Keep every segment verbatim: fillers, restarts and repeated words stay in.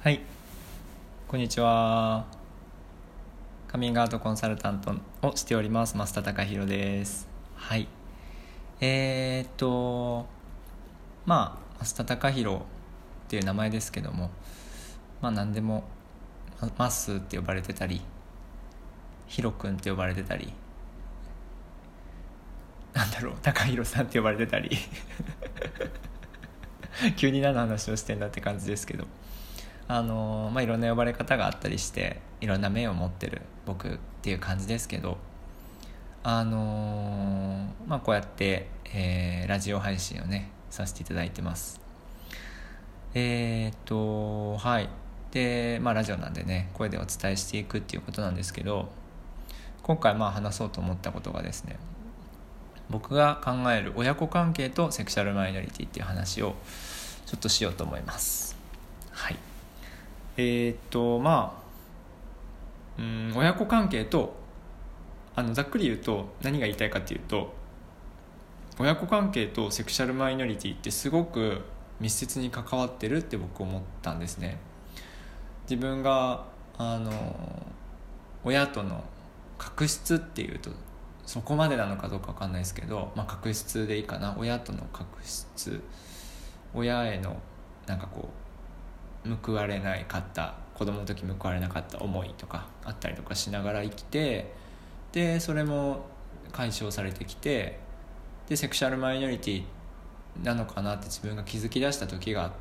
はい、こんにちは。カミングアウトコンサルタントをしております増田貴弘です。はい、えー、っとまあ増田貴弘っていう名前ですけども、まあ何でもマスって呼ばれてたり、ヒロ君って呼ばれてたり、なんだろう貴弘さんって呼ばれてたり急に何の話をしてんだって感じですけど、あのまあいろんな呼ばれ方があったりしていろんな面を持ってる僕っていう感じですけど、あのまあこうやって、えー、ラジオ配信をねさせていただいてます。えー、っとはいでまあラジオなんでね声でお伝えしていくっていうことなんですけど、今回まあ話そうと思ったことがですね、僕が考える親子関係とセクシャルマイノリティっていう話をちょっとしようと思います。はいえー、っとまあうん親子関係とあのざっくり言うと何が言いたいかっていうと、親子関係とセクシャルマイノリティってすごく密接に関わってるって僕思ったんですね。自分があの親との確執っていうとそこまでなのかどうか分かんないですけど、まあ、確執でいいかな。親との確執、親へのなんかこう報われないかった子供の時報われなかった思いとかあったりとかしながら生きて、でそれも解消されてきて、でセクシャルマイノリティなのかなって自分が気づき出した時があって、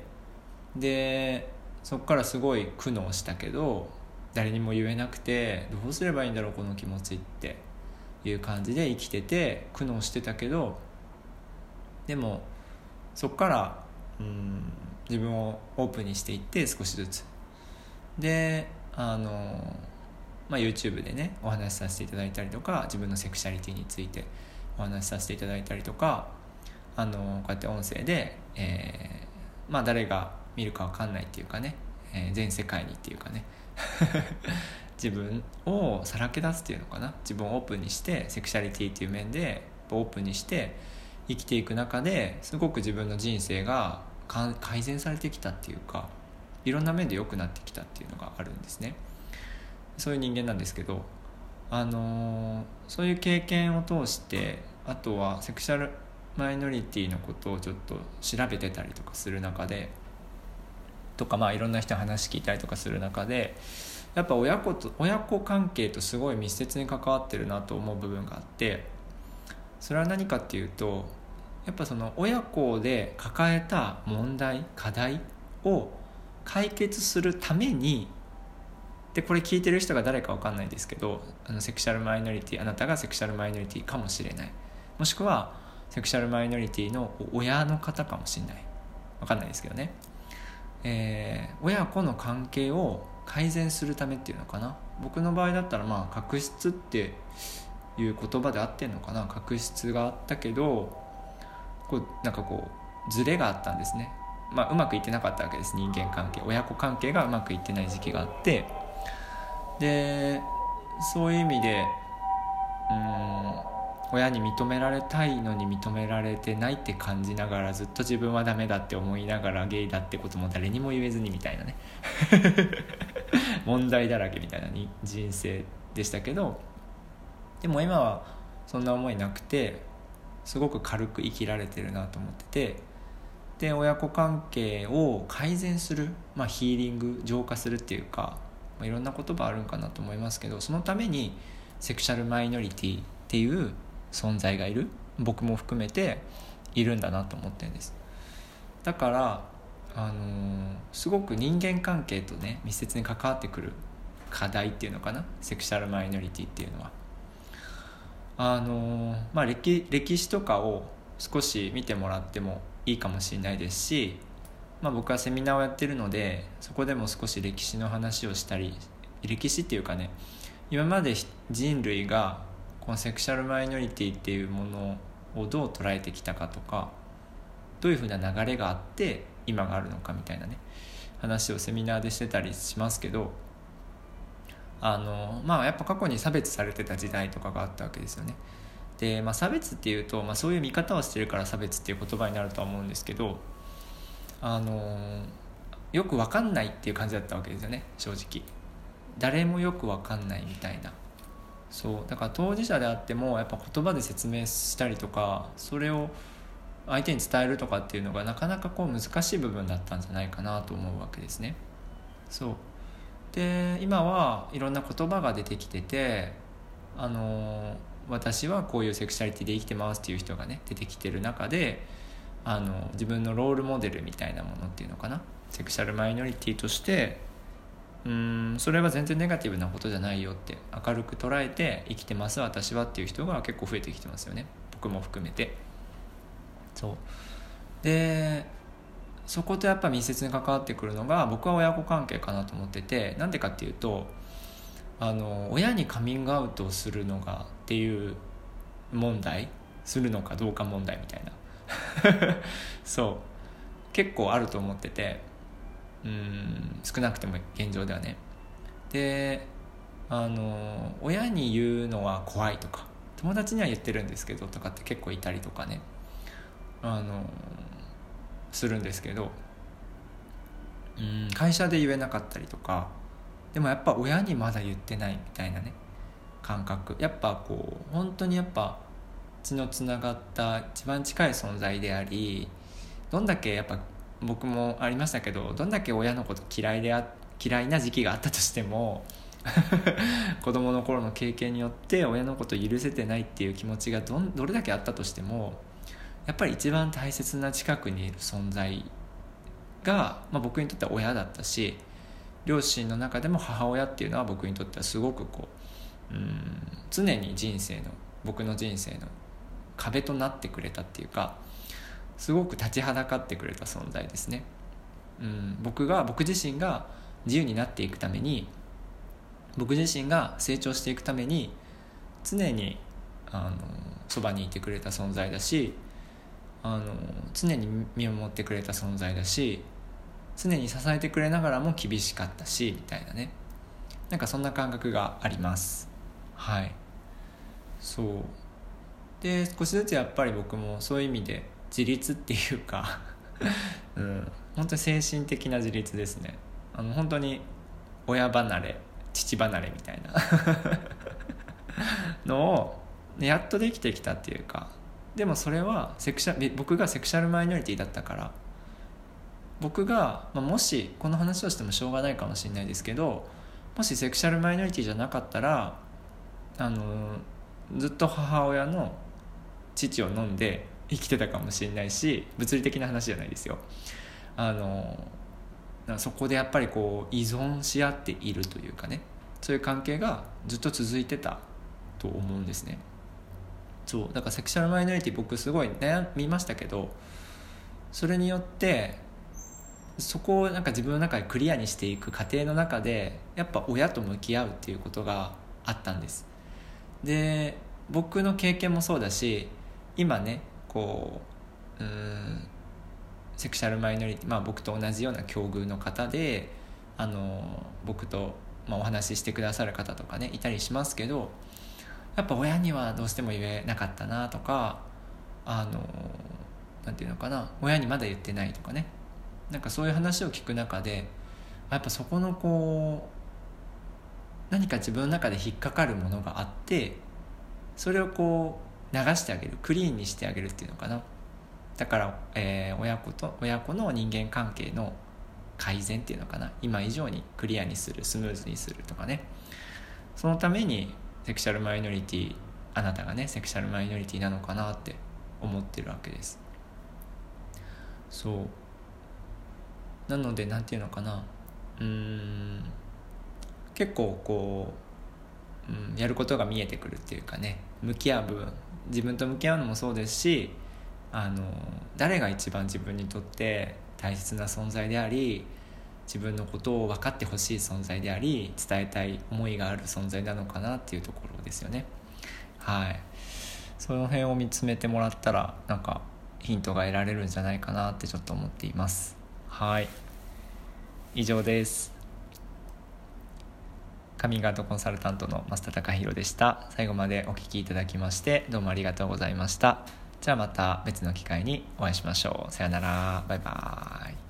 でそこからすごい苦悩したけど誰にも言えなくて、どうすればいいんだろうこの気持ちっていう感じで生きてて苦悩してたけど、でもそこからうん自分をオープンにしていって少しずつであの、まあ、YouTube でねお話しさせていただいたりとか、自分のセクシャリティについてお話しさせていただいたりとか、あのこうやって音声で、えーまあ、誰が見るか分かんないっていうかね、えー、全世界にっていうかね自分をさらけ出すっていうのかな、自分をオープンにしてセクシャリティっていう面でオープンにして生きていく中ですごく自分の人生が改善されてきたっていうか、いろんな面で良くなってきたっていうのがあるんですね。そういう人間なんですけど、あのー、そういう経験を通して、あとはセクシャルマイノリティのことをちょっと調べてたりとかする中でとか、まあいろんな人の話聞いたりとかする中で、やっぱ親子と親子関係とすごい密接に関わってるなと思う部分があって、それは何かっていうと、やっぱその親子で抱えた問題課題を解決するために、でこれ聞いてる人が誰か分かんないですけど、あのセクシャルマイノリティ、あなたがセクシャルマイノリティかもしれない、もしくはセクシャルマイノリティの親の方かもしれない、分かんないですけどね、えー、親子の関係を改善するためっていうのかな。僕の場合だったらまあ確執っていう言葉で合ってんのかな。確執があったけど、こうなんかこうズレがあったんですね。まあうまくいってなかったわけです。人間関係、親子関係がうまくいってない時期があって、でそういう意味でうーん親に認められたいのに認められてないって感じながら、ずっと自分はダメだって思いながらゲイだってことも誰にも言えずにみたいなね問題だらけみたいな人生でしたけど、でも今はそんな思いなくてすごく軽く生きられてるなと思ってて、で親子関係を改善する、まあ、ヒーリング浄化するっていうか、まあ、いろんな言葉あるんかなと思いますけど、そのためにセクシャルマイノリティっていう存在がいる、僕も含めているんだなと思ってるんです。だからあのー、すごく人間関係とね密接に関わってくる課題っていうのかな、セクシャルマイノリティっていうのはあのーまあ、歴, 歴史とかを少し見てもらってもいいかもしれないですし、まあ、僕はセミナーをやってるのでそこでも少し歴史の話をしたり、歴史っていうかね、今まで人類がこのセクシャルマイノリティっていうものをどう捉えてきたかとか、どういうふうな流れがあって今があるのかみたいなね話をセミナーでしてたりしますけど、あのまあやっぱ過去に差別されてた時代とかがあったわけですよね。で、まあ、差別っていうと、まあ、そういう見方をしてるから差別っていう言葉になるとは思うんですけど、あのよく分かんないっていう感じだったわけですよね。正直誰もよく分かんないみたいな。そうだから当事者であってもやっぱ言葉で説明したりとか、それを相手に伝えるとかっていうのがなかなかこう難しい部分だったんじゃないかなと思うわけですね。そうで今はいろんな言葉が出てきてて、あの私はこういうセクシャリティで生きてますっていう人がね出てきてる中で、あの自分のロールモデルみたいなものっていうのかな、セクシャルマイノリティとしてうーんそれは全然ネガティブなことじゃないよって明るく捉えて生きてます私はっていう人が結構増えてきてますよね、僕も含めて。そうでそことやっぱ密接に関わってくるのが僕は親子関係かなと思ってて、なんでかっていうとあの親にカミングアウトをするのがっていう問題、するのかどうか問題みたいなそう結構あると思ってて、うーん少なくても現状ではね。であの親に言うのは怖いとか友達には言ってるんですけどとかって結構いたりとかね、あのするんですけど、うん会社で言えなかったりとか、でもやっぱ親にまだ言ってないみたいなね感覚、やっぱこう本当にやっぱ血のつながった一番近い存在であり、どんだけやっぱ僕もありましたけど、どんだけ親のこと嫌いであ嫌いな時期があったとしても子供の頃の経験によって親のことを許せてないっていう気持ちが ど, どれだけあったとしても、やっぱり一番大切な近くにいる存在が、まあ、僕にとっては親だったし、両親の中でも母親っていうのは僕にとってはすごくこう、うん常に人生の僕の人生の壁となってくれたっていうか、すごく立ちはだかってくれた存在ですね。うん僕が僕自身が自由になっていくために、僕自身が成長していくために常にあのそばにいてくれた存在だし、あの常に見守ってくれた存在だし、常に支えてくれながらも厳しかったしみたいなね、なんかそんな感覚があります。はいそうで少しずつやっぱり僕もそういう意味で自立っていうかうん本当に精神的な自立ですね。あの本当に親離れ父離れみたいなのをやっとできてきたっていうか、でもそれはセクシャ僕がセクシャルマイノリティだったから、僕が、まあ、もしこの話をしてもしょうがないかもしれないですけど、もしセクシャルマイノリティじゃなかったらあのずっと母親の父を飲んで生きてたかもしれないし、物理的な話じゃないですよ。あのそこでやっぱりこう依存し合っているというかね、そういう関係がずっと続いてたと思うんですね。そうだからセクシャルマイノリティ僕すごい悩みましたけど、それによってそこをなんか自分の中でクリアにしていく過程の中でやっぱ親と向き合うっていうことがあったんです。で僕の経験もそうだし、今ねこううーんセクシャルマイノリティ、まあ、僕と同じような境遇の方であの僕と、まあ、お話ししてくださる方とかねいたりしますけど、やっぱ親にはどうしても言えなかったなとか、あのなんていうのかな、親にまだ言ってないとかね、なんかそういう話を聞く中でやっぱそこのこう何か自分の中で引っかかるものがあって、それをこう流してあげる、クリーンにしてあげるっていうのかな。だから、えー、親子と親子の人間関係の改善っていうのかな、今以上にクリアにする、スムーズにするとかね、そのためにセクシャルマイノリティ、あなたがねセクシャルマイノリティなのかなって思ってるわけです。そうなのでなんていうのかな、うーん結構こう、うん、やることが見えてくるっていうかね、向き合う部分、自分と向き合うのもそうですし、あの誰が一番自分にとって大切な存在であり、自分のことを分かってほしい存在であり、伝えたい思いがある存在なのかなっていうところですよね。はい、その辺を見つめてもらったらなんかヒントが得られるんじゃないかなってちょっと思っています。はい、以上です。カミングアウトコンサルタントの増田貴弘でした。最後までお聞きいただきましてどうもありがとうございました。じゃあまた別の機会にお会いしましょう。さよなら、バイバイ。